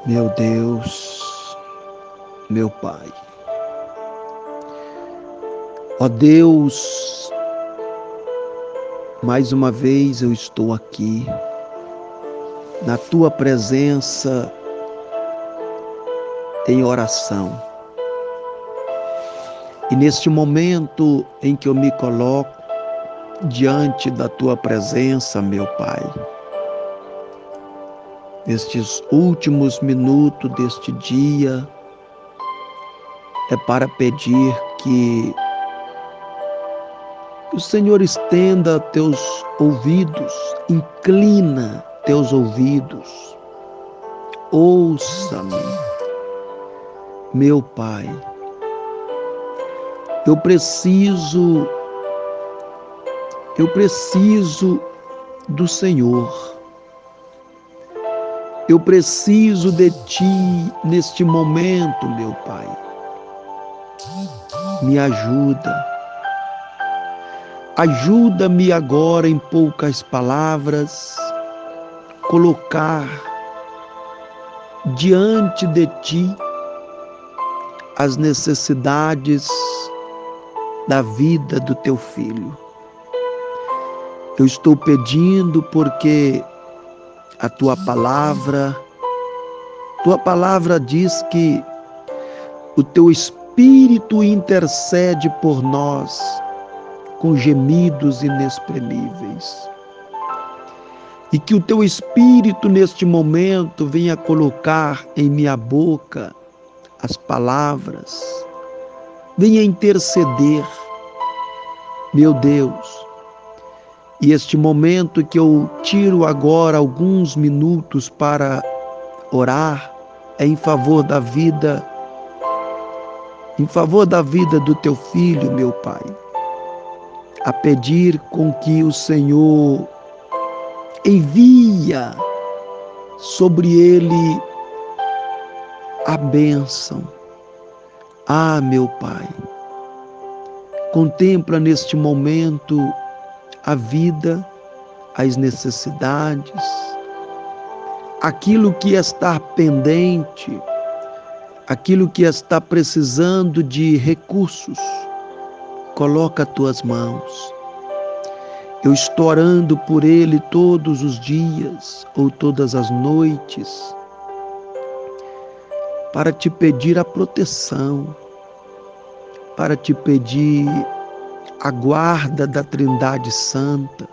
Meu Deus, meu Pai. Ó Deus, mais uma vez eu estou aqui, na Tua presença, em oração. E neste momento em que eu me coloco diante da Tua presença, meu Pai, nestes últimos minutos deste dia, é para pedir que o Senhor estenda teus ouvidos, inclina teus ouvidos, ouça-me, meu Pai. Eu preciso do Senhor. Eu preciso de Ti neste momento, meu Pai. Me ajuda. Ajuda-me agora, em poucas palavras, colocar diante de Ti as necessidades da vida do Teu Filho. Eu estou pedindo porque a Tua palavra diz que o Teu Espírito intercede por nós com gemidos inexprimíveis. E que o Teu Espírito neste momento venha colocar em minha boca as palavras, venha interceder, meu Deus. E este momento que eu tiro agora alguns minutos para orar é em favor da vida do Teu Filho, meu Pai, a pedir com que o Senhor envia sobre ele a bênção. Ah, meu Pai, contempla neste momento a vida, as necessidades, aquilo que está pendente, aquilo que está precisando de recursos. Coloca as Tuas mãos. Eu estou orando por ele todos os dias ou todas as noites para Te pedir a proteção, para Te pedir a guarda da Trindade Santa,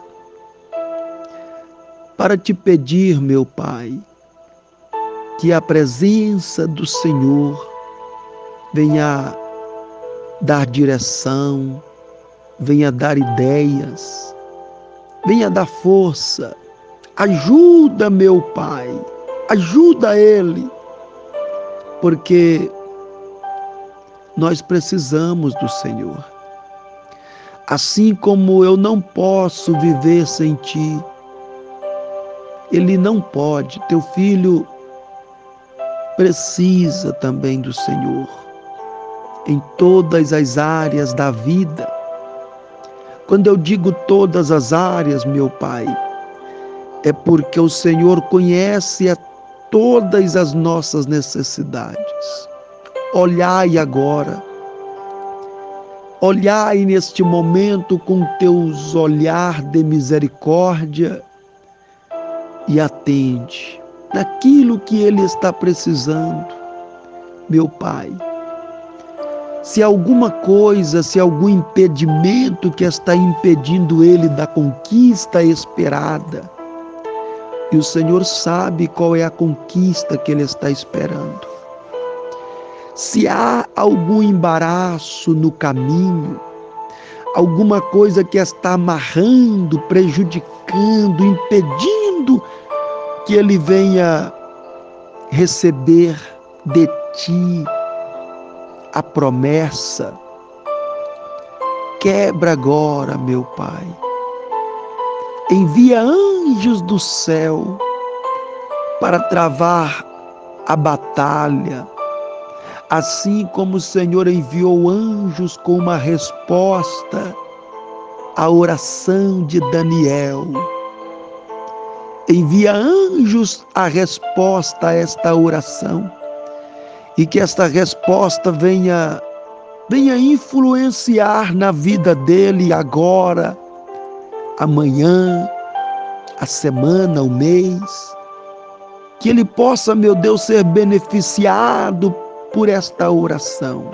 para Te pedir, meu Pai, que a presença do Senhor venha dar direção, venha dar ideias, venha dar força. Ajuda, meu Pai, ajuda ele, porque nós precisamos do Senhor. Assim como eu não posso viver sem Ti, ele não pode. Teu filho precisa também do Senhor em todas as áreas da vida. Quando eu digo todas as áreas, meu Pai, é porque o Senhor conhece a todas as nossas necessidades. Olhai agora, olhai neste momento com Teus olhar de misericórdia e atende naquilo que ele está precisando, meu Pai. Se alguma coisa, se algum impedimento que está impedindo ele da conquista esperada, e o Senhor sabe qual é a conquista que ele está esperando. Se há algum embaraço no caminho, alguma coisa que está amarrando, prejudicando, impedindo que ele venha receber de Ti a promessa, quebra agora, meu Pai. Envia anjos do céu para travar a batalha, assim como o Senhor enviou anjos com uma resposta à oração de Daniel. envia anjos a resposta a esta oração e que esta resposta venha influenciar na vida dele agora, amanhã, a semana, o mês, que ele possa, meu Deus, ser beneficiado por esta oração.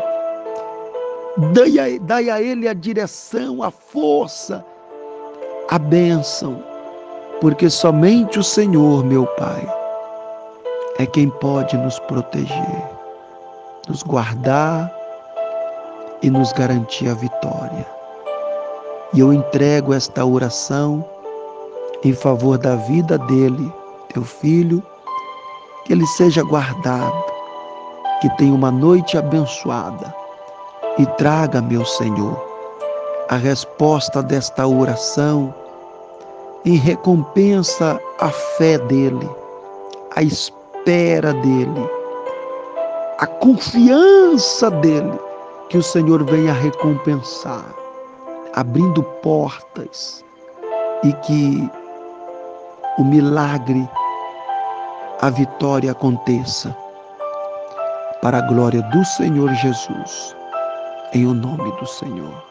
Dai a ele a direção, a força, a bênção, porque somente o Senhor, meu Pai, é quem pode nos proteger, nos guardar e nos garantir a vitória. E eu entrego esta oração em favor da vida dele, teu filho, que ele seja guardado, que tenha uma noite abençoada e traga, meu Senhor, a resposta desta oração em recompensa à fé dele, à espera dele, à confiança dele, que o Senhor venha recompensar, abrindo portas e que o milagre, a vitória aconteça para a glória do Senhor Jesus, em o nome do Senhor.